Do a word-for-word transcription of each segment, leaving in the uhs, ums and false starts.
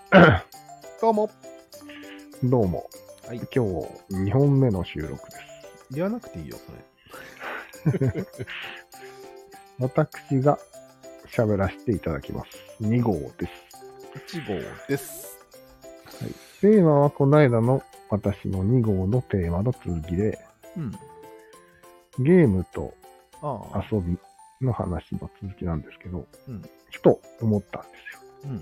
どうも。 どうも。 はい。 今日にほんめの収録です。 言わなくていいよ、それ。 私が喋らせていただきます。に号です。 いち号です。 はい。テーマはこの間の私のに号のテーマの続きで、 うん。 ゲームとああ。 遊びの話の続きなんですけど、 うん。 ふと思ったんですよ。 うん。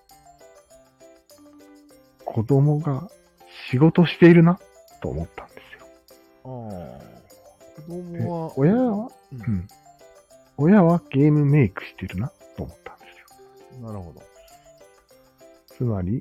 子供が仕事しているなと思ったんですよ。 ああ。子供は。 親は、 うん、 うん。親はゲームメイクしてるなと思ったんですよ。なるほど。 つまり、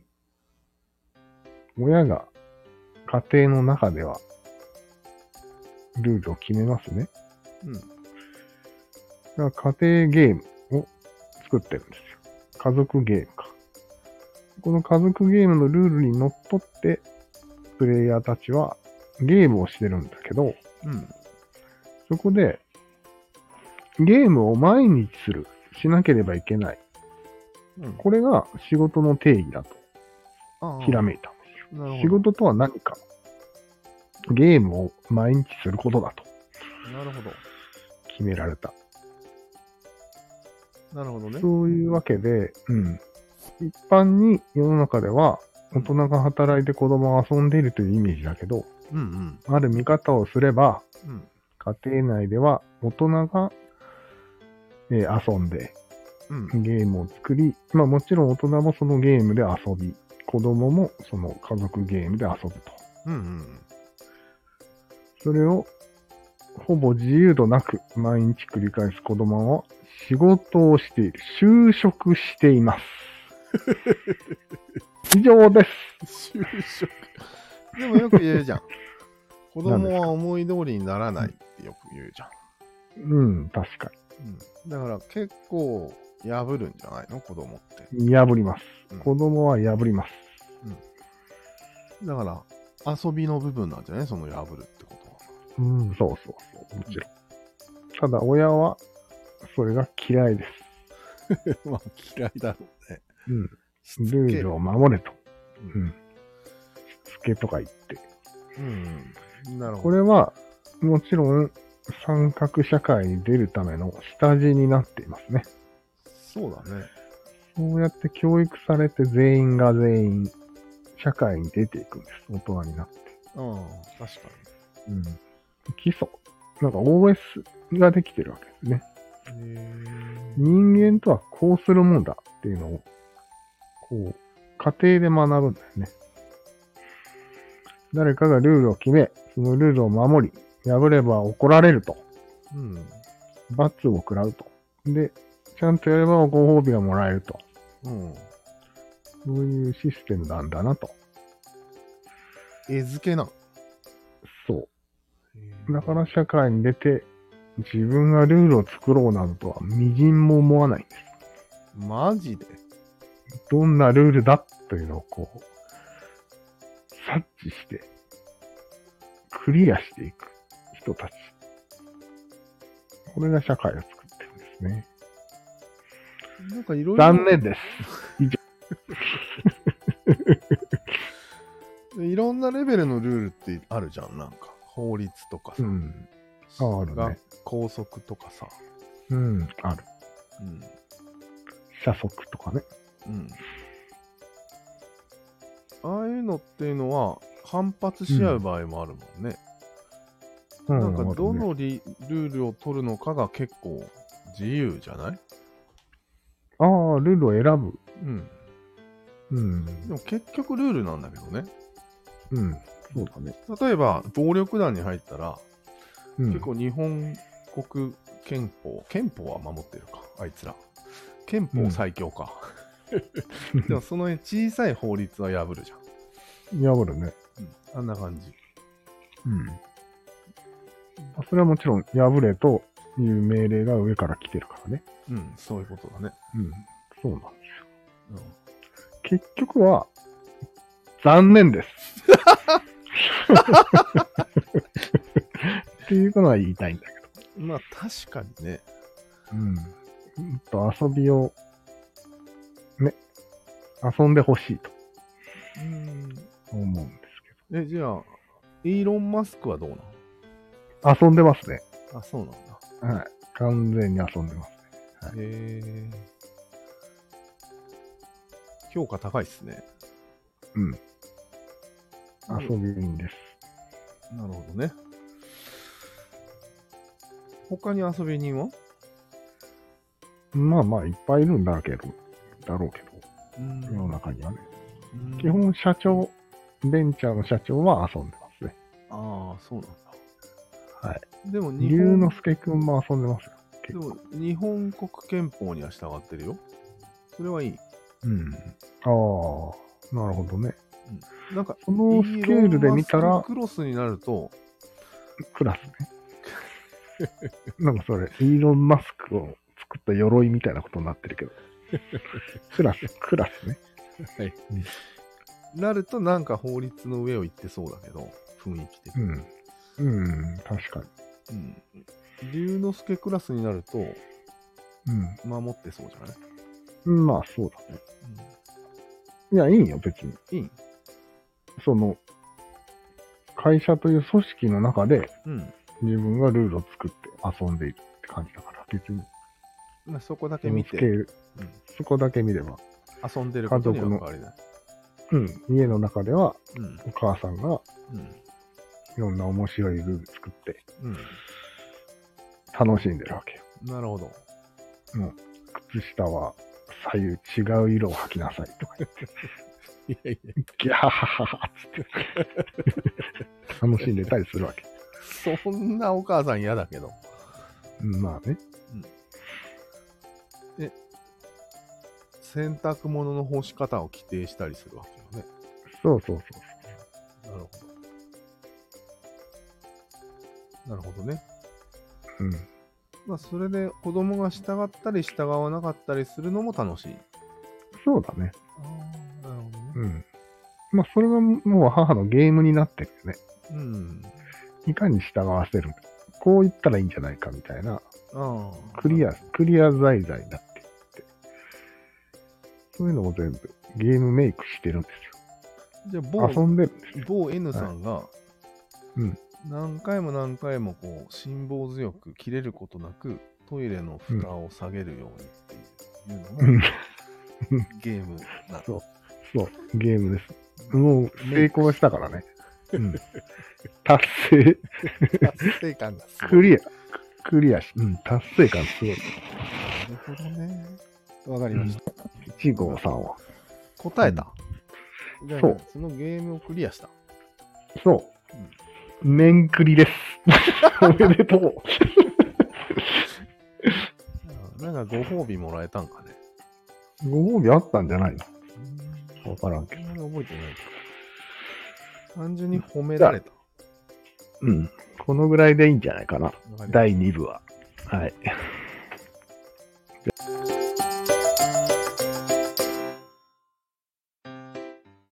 親が家庭の中ではルールを決めますね。 うん。 だから家庭ゲームを作ってるんですよ。家族ゲームか。この家族ゲームのルールにのっとって、プレイヤーたちはゲームをしてるんだけど、 うん。 そこで、ゲームを毎日する、しなければいけない。 うん、 これが仕事の定義だと、ひらめいたんですよ。 なるほど。 仕事とは何か。ゲームを毎日することだと。 なるほど。 決められた。 なるほどね。 そういうわけで、うん。一般に世の中では、大人が働いて子供が遊んでいるというイメージだけど、 うんうん、ある見方をすれば、 うん。 家庭内では大人が、えー、遊んで、 うん、 ゲームを作り、まあもちろん大人もそのゲームで遊び、子供もその家族ゲームで遊ぶと。 うんうん。 それをほぼ自由度なく毎日繰り返す子供は仕事をしている。就職しています。以上です。 就職。でもよく言うじゃん。子供は思い通りにならないってよく言うじゃん。うん、確かに。うん。だから結構破るんじゃないの子供って。 破ります。 うん、 子供は破ります。 うん。だから遊びの部分なんじゃないその破るってことは。 うん、そうそうそう。もちろん。ただ親はそれが嫌いです。 まあ嫌いだろうね。 うん。ルールを守れと。うん。しつけとか言って。 うん。なるほど。 これは、もちろん、三角社会に出るための下地になっていますね。 そうだね。 そうやって教育されて全員が全員、社会に出ていくんです。大人になって。 ああ、確かに。うん。基礎。なんか オーエス ができてるわけですね。 へ人間とはこうするもんだっていうのを、こう、家庭で学ぶんだよね。誰かがルールを決め、そのルールを守り、破れば怒られると。 うん。 罰を食らうと。で、ちゃんとやればご褒美がもらえると。 うん。 そういうシステムなんだなと。 絵付けな。 そう。だから社会に出て、自分がルールを作ろうなどとはみじんも思わないんです。 マジで？ どんなルールだというのをこう、察知して、クリアしていく人たち。これが社会を作ってるんですね。 なんかいろいろ。 残念です。以上。いろんなレベルのルールってあるじゃん。なんか、法律とかさ。うん。 あ、あるね。 校則とかさ。 うん、ある。 うん。 社則とかね。 うん。ああいうのっていうのは反発し合う場合もあるもんね。うん、なんかどのリ、ね、ルールを取るのかが結構自由じゃない？ ああ、ルールを選ぶ。 うん。 うん。 でも結局ルールなんだけどね。 うん。そうだね。 例えば暴力団に入ったら、うん、結構日本国憲法、憲法は守ってるか、あいつら。憲法最強か。うん、でもその小さい法律は破るじゃん。 破るね。 うん。あんな感じ。 うん。それはもちろん破れという命令が上から来てるからね。 うん、そういうことだね。 うん。そうなんですよ。うん、結局は、残念です。っていうことは言いたいんだけど。まあ確かにね。 うん。と遊びを、ね。 遊んでほしいとうん。 思うんですけえ、じゃあ、イーロン・マスクはどうなの？ ど。遊んでますね。 あ、そうなんだ。 はい。完全に遊んでますね。はい、 へえ。評価高いっすね。 うん。遊び人です。 なるほどね。他に遊び人は？ まあまあ、いっぱいいるんだけど、だろうけど、 うん世の中にはね。 うん基本、社長、ベンチャーの社長は遊んでますね。 ああ、そうなんだ。 はい。 でも日龍本、 之介くんも遊んでますよ。 でも日本国憲法には従ってるよ。それはいい。 うん。ああ、なるほどね。 なんか、 そのスケールで見たらイーロンマスククロスになると、 クラスね。なんかそれ、イーロン・マスクを作った鎧みたいなことになってるけど。クラス、クラスね。 はい。なるとなんか法律の上を行ってそうだけど、雰囲気的に。 うん。うん、確かうん。龍之介クラスになると、 に。 守ってそうじゃない？ うん。まあ、そうだね。いや、いいよ、別に。 うん。いい？ その、会社という組織の中で、 うん。 自分がルールを作って遊んでいるって感じだから、別に。 まあ、そこだけ見て、 スケール、 うん、 そこだけ見れば。 遊んでることには変わりない。 うん。家の中では、 うん。 お母さんがうん。 いろんな面白いルール作って、 うん。 楽しんでるわけよ。 なるほど。 もう、靴下は左右違う色を履きなさいとか言って、 いやいや、 ギャハハハハって楽しんでたりするわけ。 そんなお母さん嫌だけど。 うんまあね。 で、洗濯物の干し方を規定したりするわけよね。 そうそうそうなるほど。なるほどね。 そう。うん。 まあ、それで子供が従ったり従わなかったりするのも楽しい。 そうだね。 ああ、なるほどね。 うん。まあ、それがもう母のゲームになってるよね。 うん。 いかに従わせる。こう言ったらいいんじゃないかみたいな、 ああ。 クリア、クリア材材になっていって。そういうのを全部ゲームメイクしてるんですじゃあ、 よ。遊某、 んでるんですよ。 某 N さんが、 うん。 何回も何回もこう、辛抱強く切れることなく、トイレの蓋を下げるようにっていうのうんが、ゲームなの。 そう。そう。ゲームです。もう成功したからね。うん。達成。 達成感がすごい。 クリア。クリアし、うん。達成感すごい。 なるほどね。わかりました。 いち号さんは。 答えた。じゃあそう。 そのゲームをクリアした。 そう。面クリです。おめでとう。 なんかご褒美もらえたんかね。 ご褒美あったんじゃないの？わからんけど。 あんまり覚えてないか。単純に褒められた。 うん。このぐらいでいいんじゃないかな。 わかりましただいに部は。はい。